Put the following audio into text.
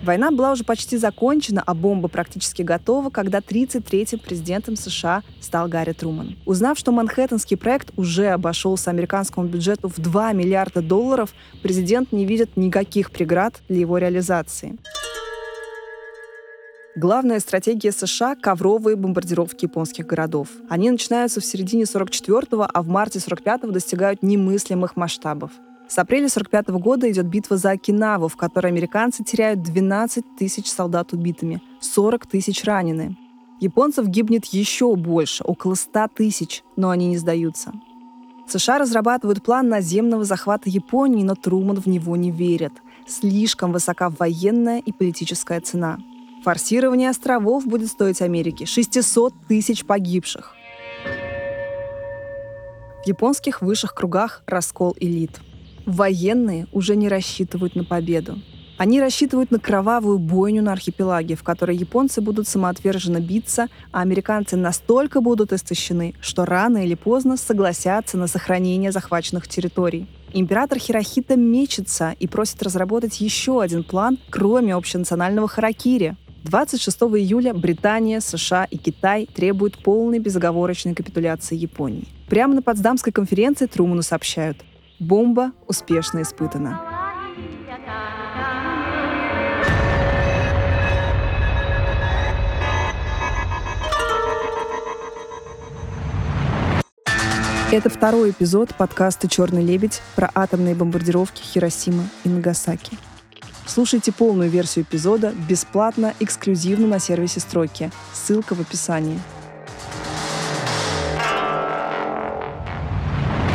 Война была уже почти закончена, а бомба практически готова, когда 33-м президентом США стал Гарри Труман. Узнав, что Манхэттенский проект уже обошелся американскому бюджету в $2 миллиарда, президент не видит никаких преград для его реализации. Главная стратегия США — ковровые бомбардировки японских городов. Они начинаются в середине 44-го, а в марте 45-го достигают немыслимых масштабов. С апреля 1945 года идет битва за Окинаву, в которой американцы теряют 12 тысяч солдат убитыми, 40 тысяч ранены. Японцев гибнет еще больше, около 100 тысяч, но они не сдаются. США разрабатывают план наземного захвата Японии, но Труман в него не верит. Слишком высока военная и политическая цена. Форсирование островов будет стоить Америке 600 тысяч погибших. В японских высших кругах раскол элит. Военные уже не рассчитывают на победу. Они рассчитывают на кровавую бойню на архипелаге, в которой японцы будут самоотверженно биться, а американцы настолько будут истощены, что рано или поздно согласятся на сохранение захваченных территорий. Император Хирохито мечется и просит разработать еще один план, кроме общенационального харакири. 26 июля Британия, США и Китай требуют полной безоговорочной капитуляции Японии. Прямо на Потсдамской конференции Труману сообщают: бомба успешно испытана. Это второй эпизод подкаста «Черный лебедь» про атомные бомбардировки Хиросимы и Нагасаки. Слушайте полную версию эпизода бесплатно, эксклюзивно на сервисе «Строки». Ссылка в описании.